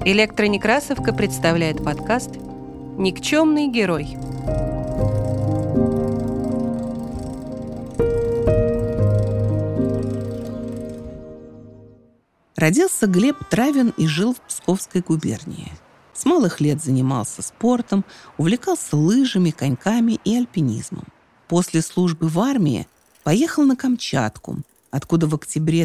Электронекрасовка представляет подкаст «Никчемный герой». Родился Глеб Травин и жил в Псковской губернии. С малых лет занимался спортом, увлекался лыжами, коньками и альпинизмом. После службы в армии поехал на Камчатку, откуда в октябре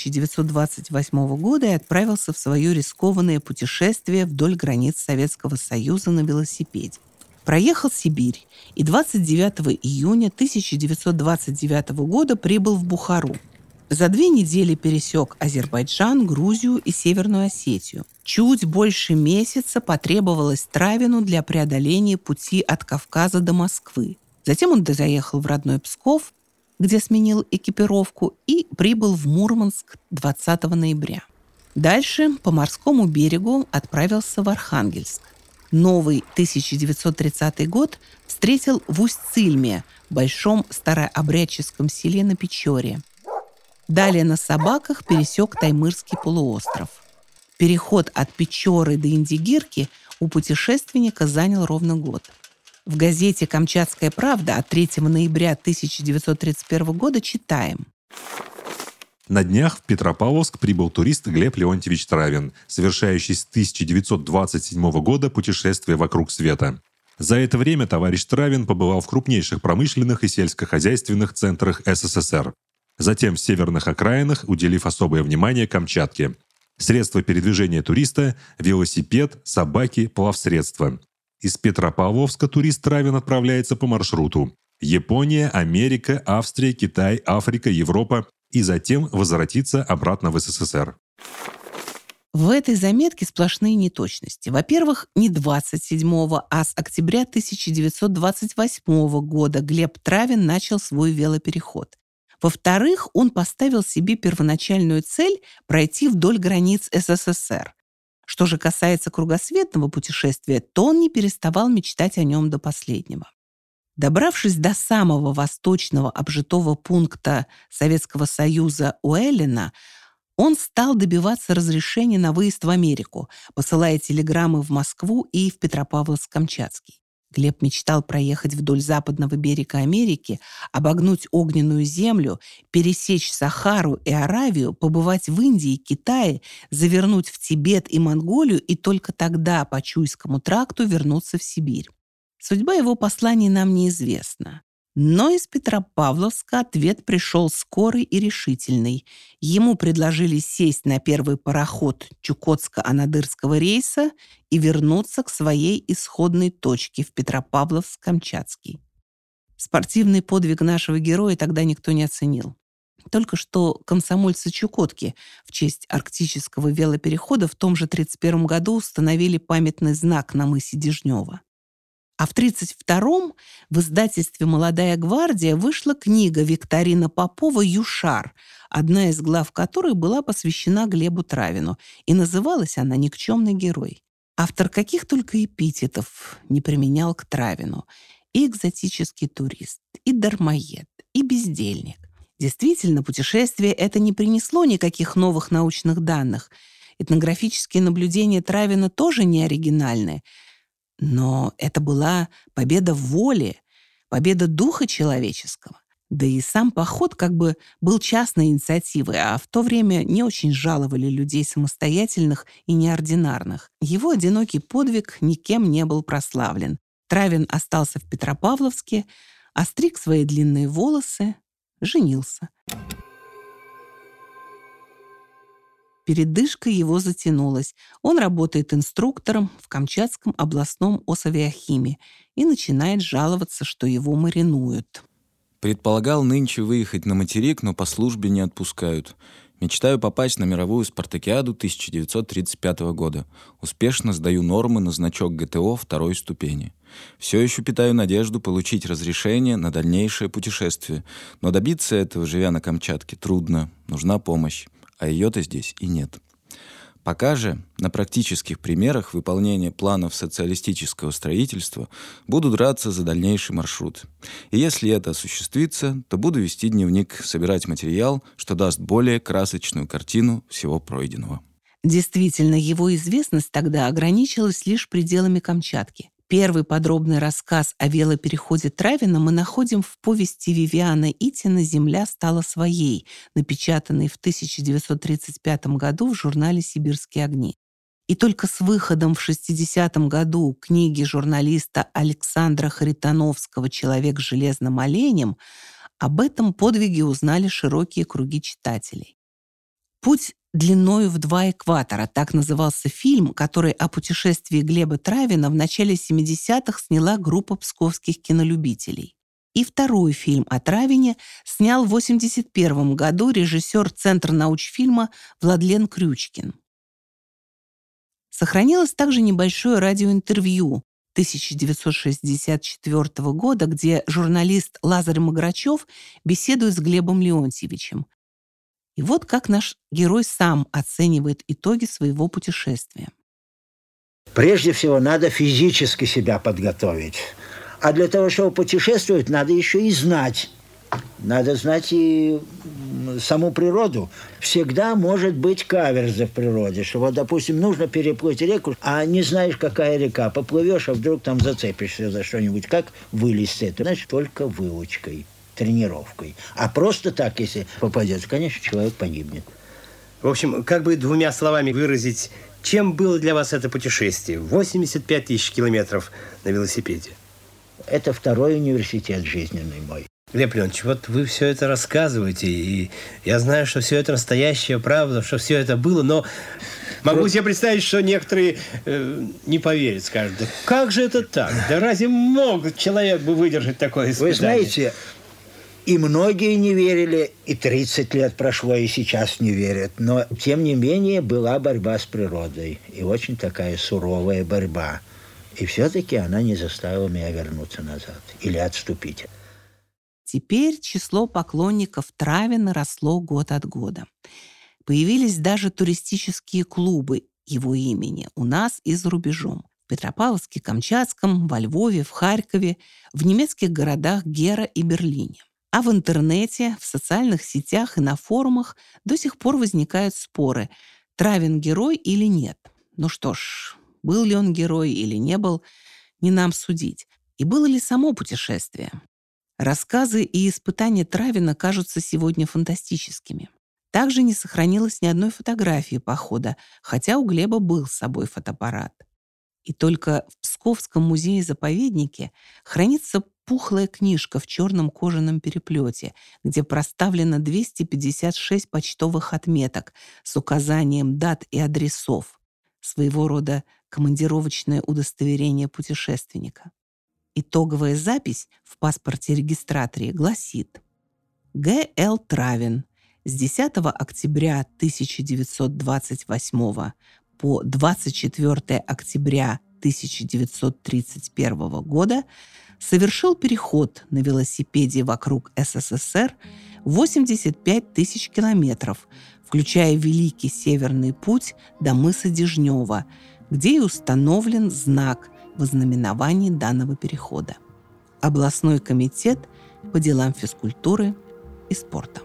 1928 года и отправился в свое рискованное путешествие вдоль границ Советского Союза на велосипеде. Проехал Сибирь и 29 июня 1929 года прибыл в Бухару. За 2 недели пересек Азербайджан, Грузию и Северную Осетию. Чуть больше месяца потребовалось Травину для преодоления пути от Кавказа до Москвы. Затем он заехал в родной Псков, где сменил экипировку, и прибыл в Мурманск 20 ноября. Дальше по морскому берегу отправился в Архангельск. Новый 1930 год встретил в Усть-Цильме, большом старообрядческом селе на Печоре. Далее на собаках пересек Таймырский полуостров. Переход от Печоры до Индигирки у путешественника занял ровно год. В газете «Камчатская правда» от 3 ноября 1931 года читаем. На днях в Петропавловск прибыл турист Глеб Леонтьевич Травин, совершающий с 1927 года путешествие вокруг света. За это время товарищ Травин побывал в крупнейших промышленных и сельскохозяйственных центрах СССР. Затем в северных окраинах, уделив особое внимание Камчатке. Средства передвижения туриста – велосипед, собаки, плавсредства. Из Петропавловска турист Травин отправляется по маршруту Япония, Америка, Австрия, Китай, Африка, Европа и затем возвратится обратно в СССР. В этой заметке сплошные неточности. Во-первых, не 27-го, а с октября 1928 года Глеб Травин начал свой велопереход. Во-вторых, он поставил себе первоначальную цель пройти вдоль границ СССР. Что же касается кругосветного путешествия, то он не переставал мечтать о нем до последнего. Добравшись до самого восточного обжитого пункта Советского Союза Уэллина, он стал добиваться разрешения на выезд в Америку, посылая телеграммы в Москву и в Петропавловск-Камчатский. Глеб мечтал проехать вдоль западного берега Америки, обогнуть огненную землю, пересечь Сахару и Аравию, побывать в Индии и Китае, завернуть в Тибет и Монголию и только тогда по Чуйскому тракту вернуться в Сибирь. Судьба его посланий нам неизвестна. Но из Петропавловска ответ пришел скорый и решительный. Ему предложили сесть на первый пароход Чукотско-Анадырского рейса и вернуться к своей исходной точке в Петропавловск-Камчатский. Спортивный подвиг нашего героя тогда никто не оценил. Только что комсомольцы Чукотки в честь арктического велоперехода в том же 1931 году установили памятный знак на мысе Дежнева. А в 1932-м в издательстве «Молодая гвардия» вышла книга Викторина Попова «Юшар», одна из глав которой была посвящена Глебу Травину, и называлась она «Никчемный герой». Автор каких только эпитетов не применял к Травину. И экзотический турист, и дармоед, и бездельник. Действительно, путешествие это не принесло никаких новых научных данных. Этнографические наблюдения Травина тоже не оригинальные. Но это была победа воли, победа духа человеческого. Да и сам поход как бы был частной инициативой, а в то время не очень жаловали людей самостоятельных и неординарных. Его одинокий подвиг никем не был прославлен. Травин остался в Петропавловске, остриг свои длинные волосы, женился. Передышка его затянулась. Он работает инструктором в Камчатском областном Осавиахиме и начинает жаловаться, что его маринуют. Предполагал нынче выехать на материк, но по службе не отпускают. Мечтаю попасть на мировую спартакиаду 1935 года. Успешно сдаю нормы на значок ГТО 2 ступени. Все еще питаю надежду получить разрешение на дальнейшее путешествие. Но добиться этого, живя на Камчатке, трудно. Нужна помощь. А ее-то здесь и нет. Пока же на практических примерах выполнения планов социалистического строительства буду драться за дальнейший маршрут. И если это осуществится, то буду вести дневник, собирать материал, что даст более красочную картину всего пройденного. Действительно, его известность тогда ограничилась лишь пределами Камчатки. Первый подробный рассказ о велопереходе Травина мы находим в повести Вивиана Итина «Земля стала своей», напечатанной в 1935 году в журнале «Сибирские огни». И только с выходом в 60-м году книги журналиста Александра Харитоновского «Человек с железным оленем» об этом подвиге узнали широкие круги читателей. «Путь длиною в 2 экватора» — так назывался фильм, который о путешествии Глеба Травина в начале 70-х сняла группа псковских кинолюбителей. И второй фильм о Травине снял в 1981 году режиссер Центра научфильма Владлен Крючкин. Сохранилось также небольшое радиоинтервью 1964 года, где журналист Лазарь Маграчев беседует с Глебом Леонтьевичем. И вот как наш герой сам оценивает итоги своего путешествия. Прежде всего, надо физически себя подготовить. А для того, чтобы путешествовать, надо еще и знать. Надо знать и саму природу. Всегда может быть каверзы в природе, что вот, допустим, нужно переплыть реку, а не знаешь, какая река. Поплывешь, а вдруг там зацепишься за что-нибудь. Как вылезть с этого? Значит, только выучкой, тренировкой. А просто так, если попадется, конечно, человек погибнет. В общем, как бы 2 словами выразить, чем было для вас это путешествие? 85 тысяч километров на велосипеде. Это второй университет жизненный мой. Глеб Леонидович, вот вы все это рассказываете, и я знаю, что все это настоящая правда, что все это было, но могу себе представить, что некоторые не поверят, скажут, да как же это так? Да разве мог человек бы выдержать такое испытание? Вы знаете, и многие не верили, и 30 лет прошло, и сейчас не верят, но, тем не менее, была борьба с природой, и очень такая суровая борьба. И все-таки она не заставила меня вернуться назад или отступить. Теперь число поклонников Травина росло год от года. Появились даже туристические клубы его имени у нас и за рубежом. В Петропавловске, Камчатском, во Львове, в Харькове, в немецких городах Гера и Берлине. А в интернете, в социальных сетях и на форумах до сих пор возникают споры, Травин герой или нет. Ну что ж, был ли он герой или не был, не нам судить. И было ли само путешествие? Рассказы и испытания Травина кажутся сегодня фантастическими. Также не сохранилось ни одной фотографии похода, хотя у Глеба был с собой фотоаппарат. И только в Псковском музее-заповеднике хранится пухлая книжка в черном кожаном переплете, где проставлено 256 почтовых отметок с указанием дат и адресов, своего рода командировочное удостоверение путешественника. Итоговая запись в паспорте-регистраторе гласит: Г.Л. Травин с 10 октября 1928 по 24 октября 1931 года совершил переход на велосипеде вокруг СССР 85 тысяч километров, включая Великий Северный путь до мыса Дежнева, где и установлен знак в ознаменовании данного перехода. Областной комитет по делам физкультуры и спорта.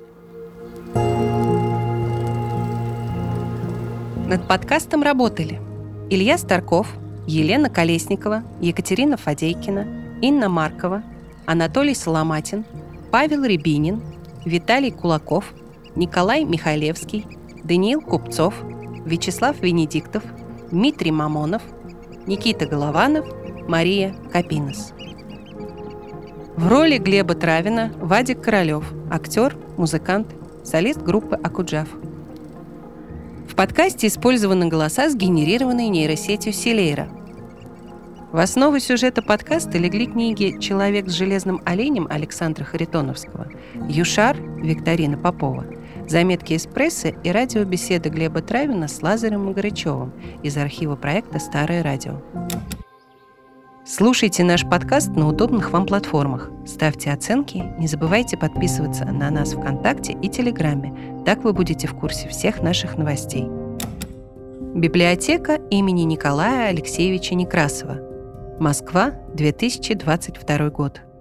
Над подкастом работали Илья Старков, Елена Колесникова, Екатерина Фадейкина, Инна Маркова, Анатолий Соломатин, Павел Рябинин, Виталий Кулаков, Николай Михайлевский, Даниил Купцов, Вячеслав Венедиктов, Дмитрий Мамонов, Никита Голованов, Мария Капинос. В роли Глеба Травина Вадик Королев, актер, музыкант, солист группы «Акуджав». В подкасте использованы голоса, сгенерированные нейросетью Силейра. В основу сюжета подкаста легли книги «Человек с железным оленем» Александра Харитоновского, «Юшар» Викторина Попова, заметки из прессы и радиобеседы Глеба Травина с Лазарем Маграчевым из архива проекта «Старое радио». Слушайте наш подкаст на удобных вам платформах. Ставьте оценки, не забывайте подписываться на нас ВКонтакте и Телеграме. Так вы будете в курсе всех наших новостей. Библиотека имени Николая Алексеевича Некрасова. Москва, 2022 год.